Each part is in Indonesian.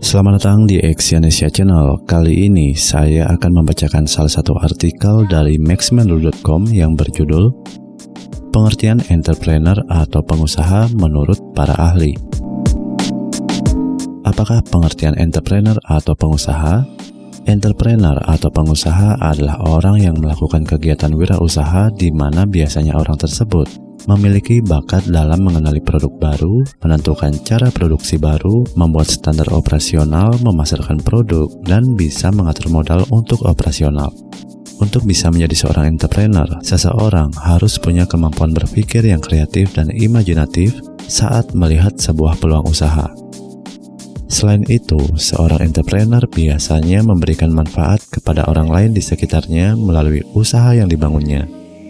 Selamat datang di Exyonesia Channel. Kali ini saya akan membacakan salah satu artikel dari maxmenlu.com yang berjudul Pengertian Entrepreneur atau Pengusaha Menurut Para Ahli. Apakah pengertian entrepreneur atau pengusaha? Entrepreneur atau pengusaha adalah orang yang melakukan kegiatan wirausaha di mana biasanya orang tersebut memiliki bakat dalam mengenali produk baru, menentukan cara produksi baru, membuat standar operasional, memasarkan produk, dan bisa mengatur modal untuk operasional. Untuk bisa menjadi seorang entrepreneur, seseorang harus punya kemampuan berpikir yang kreatif dan imajinatif saat melihat sebuah peluang usaha. Selain itu, seorang entrepreneur biasanya memberikan manfaat kepada orang lain di sekitarnya melalui usaha yang dibangunnya.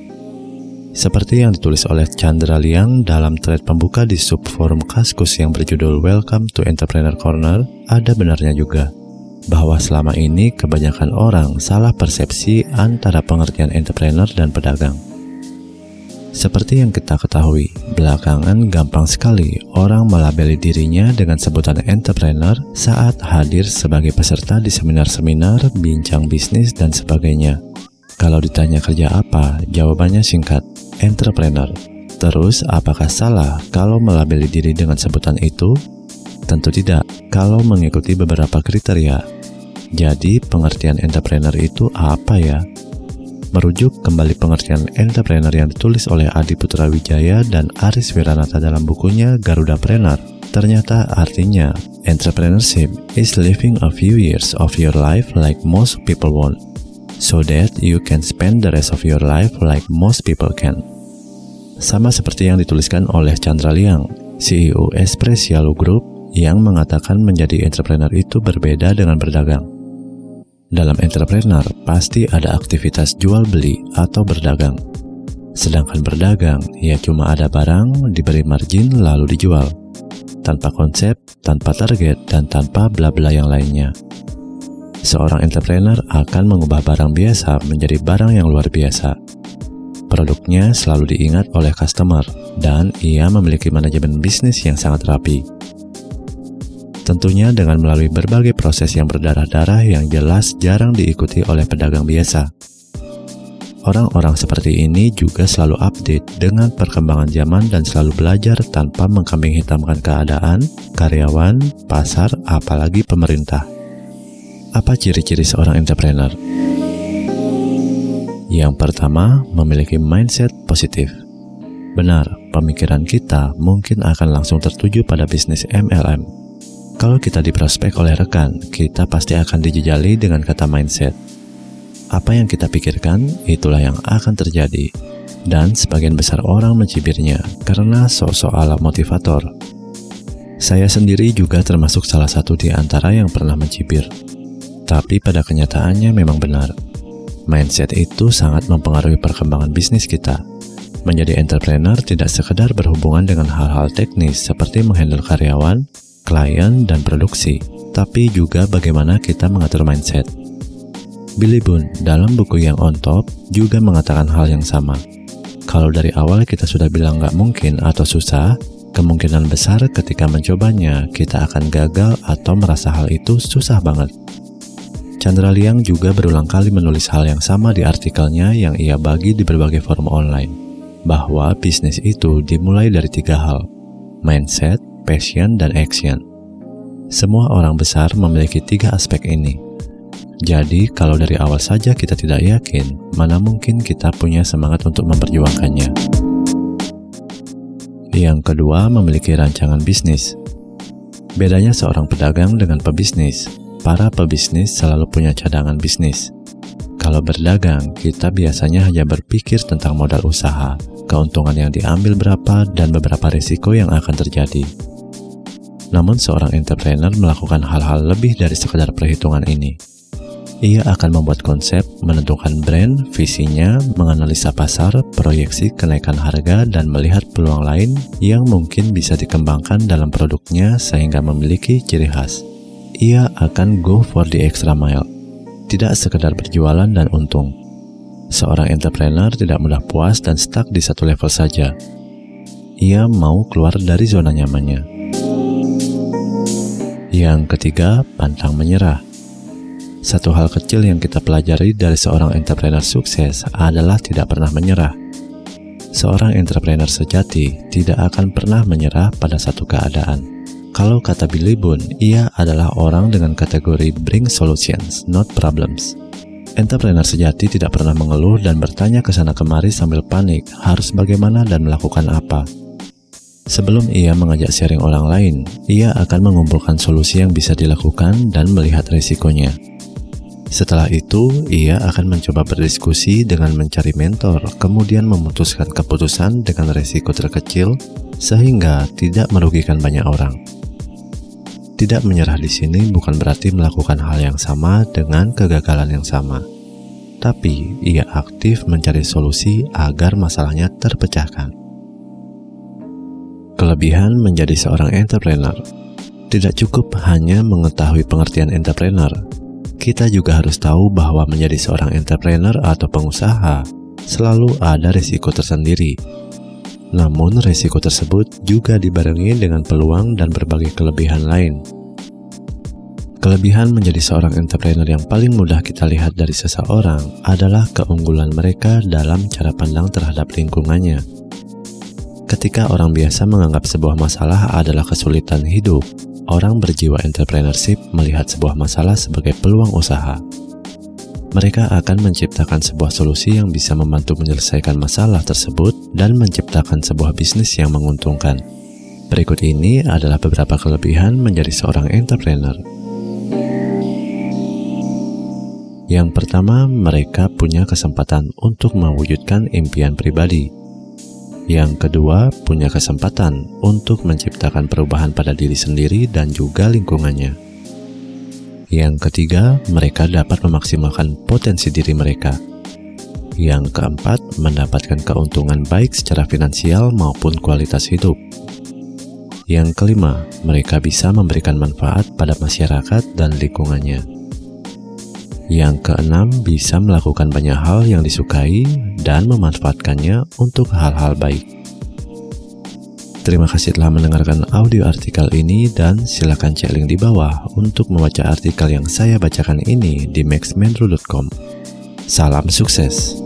Seperti yang ditulis oleh Chandra Liang dalam thread pembuka di subforum Kaskus yang berjudul Welcome to Entrepreneur Corner, ada benarnya juga bahwa selama ini kebanyakan orang salah persepsi antara pengertian entrepreneur dan pedagang. Seperti yang kita ketahui, belakangan gampang sekali orang melabeli dirinya dengan sebutan entrepreneur saat hadir sebagai peserta di seminar-seminar, bincang bisnis, dan sebagainya. Kalau ditanya kerja apa, jawabannya singkat, entrepreneur. Terus, apakah salah kalau melabeli diri dengan sebutan itu? Tentu tidak, kalau mengikuti beberapa kriteria. Jadi, pengertian entrepreneur itu apa ya? Merujuk kembali pengertian entrepreneur yang ditulis oleh Adi Putra Wijaya dan Aris Wiranata dalam bukunya Garudapreneur. Ternyata artinya, entrepreneurship is living a few years of your life like most people want, so that you can spend the rest of your life like most people can. Sama seperti yang dituliskan oleh Chandra Liang, CEO Espressialo Group, yang mengatakan menjadi entrepreneur itu berbeda dengan berdagang. Dalam entrepreneur, pasti ada aktivitas jual beli atau berdagang. Sedangkan berdagang, ya cuma ada barang, diberi margin lalu dijual. Tanpa konsep, tanpa target, dan tanpa bla-bla yang lainnya. Seorang entrepreneur akan mengubah barang biasa menjadi barang yang luar biasa. Produknya selalu diingat oleh customer, dan ia memiliki manajemen bisnis yang sangat rapi. Tentunya dengan melalui berbagai proses yang berdarah-darah yang jelas jarang diikuti oleh pedagang biasa. Orang-orang seperti ini juga selalu update dengan perkembangan zaman dan selalu belajar tanpa mengkambing hitamkan keadaan, karyawan, pasar, apalagi pemerintah. Apa ciri-ciri seorang entrepreneur? Yang pertama, memiliki mindset positif. Benar, pemikiran kita mungkin akan langsung tertuju pada bisnis MLM. Kalau kita diprospek oleh rekan, kita pasti akan dijejali dengan kata mindset. Apa yang kita pikirkan, itulah yang akan terjadi. Dan sebagian besar orang mencibirnya karena sok-sok ala motivator. Saya sendiri juga termasuk salah satu di antara yang pernah mencibir. Tapi pada kenyataannya memang benar. Mindset itu sangat mempengaruhi perkembangan bisnis kita. Menjadi entrepreneur tidak sekedar berhubungan dengan hal-hal teknis seperti menghandle karyawan, klien, dan produksi, tapi juga bagaimana kita mengatur mindset. Billy Boone dalam buku yang on top juga mengatakan hal yang sama. Kalau dari awal kita sudah bilang nggak mungkin atau susah, kemungkinan besar ketika mencobanya kita akan gagal atau merasa hal itu susah banget. Chandra Liang juga berulang kali menulis hal yang sama di artikelnya yang ia bagi di berbagai forum online, bahwa bisnis itu dimulai dari 3 hal, mindset, passion, dan action. Semua orang besar memiliki 3 aspek ini. Jadi, kalau dari awal saja kita tidak yakin, mana mungkin kita punya semangat untuk memperjuangkannya. Yang kedua, memiliki rancangan bisnis. Bedanya seorang pedagang dengan pebisnis, para pebisnis selalu punya cadangan bisnis. Kalau berdagang, kita biasanya hanya berpikir tentang modal usaha, keuntungan yang diambil berapa, dan beberapa risiko yang akan terjadi. Namun seorang entrepreneur melakukan hal-hal lebih dari sekadar perhitungan ini. Ia akan membuat konsep, menentukan brand, visinya, menganalisa pasar, proyeksi kenaikan harga, dan melihat peluang lain yang mungkin bisa dikembangkan dalam produknya sehingga memiliki ciri khas. Ia akan go for the extra mile, tidak sekadar berjualan dan untung. Seorang entrepreneur tidak mudah puas dan stuck di satu level saja. Ia mau keluar dari zona nyamannya. Yang ketiga, pantang menyerah. Satu hal kecil yang kita pelajari dari seorang entrepreneur sukses adalah tidak pernah menyerah. Seorang entrepreneur sejati tidak akan pernah menyerah pada satu keadaan. Kalau kata Billy Boone, ia adalah orang dengan kategori bring solutions, not problems. Entrepreneur sejati tidak pernah mengeluh dan bertanya ke sana kemari sambil panik, harus bagaimana dan melakukan apa. Sebelum ia mengajak sharing orang lain, ia akan mengumpulkan solusi yang bisa dilakukan dan melihat risikonya. Setelah itu, ia akan mencoba berdiskusi dengan mencari mentor, kemudian memutuskan keputusan dengan risiko terkecil sehingga tidak merugikan banyak orang. Tidak menyerah di sini bukan berarti melakukan hal yang sama dengan kegagalan yang sama, tapi ia aktif mencari solusi agar masalahnya terpecahkan. Kelebihan menjadi seorang entrepreneur. Tidak cukup hanya mengetahui pengertian entrepreneur, kita juga harus tahu bahwa menjadi seorang entrepreneur atau pengusaha selalu ada risiko tersendiri. Namun risiko tersebut juga dibarengi dengan peluang dan berbagai kelebihan lain. Kelebihan menjadi seorang entrepreneur yang paling mudah kita lihat dari seseorang adalah keunggulan mereka dalam cara pandang terhadap lingkungannya. Ketika orang biasa menganggap sebuah masalah adalah kesulitan hidup, orang berjiwa entrepreneurship melihat sebuah masalah sebagai peluang usaha. Mereka akan menciptakan sebuah solusi yang bisa membantu menyelesaikan masalah tersebut dan menciptakan sebuah bisnis yang menguntungkan. Berikut ini adalah beberapa kelebihan menjadi seorang entrepreneur. Yang pertama, mereka punya kesempatan untuk mewujudkan impian pribadi. Yang kedua, punya kesempatan untuk menciptakan perubahan pada diri sendiri dan juga lingkungannya. Yang ketiga, mereka dapat memaksimalkan potensi diri mereka. Yang keempat, mendapatkan keuntungan baik secara finansial maupun kualitas hidup. Yang kelima, mereka bisa memberikan manfaat pada masyarakat dan lingkungannya. Yang keenam, bisa melakukan banyak hal yang disukai dan memanfaatkannya untuk hal-hal baik. Terima kasih telah mendengarkan audio artikel ini dan silakan cek link di bawah untuk membaca artikel yang saya bacakan ini di maxmendro.com. Salam sukses!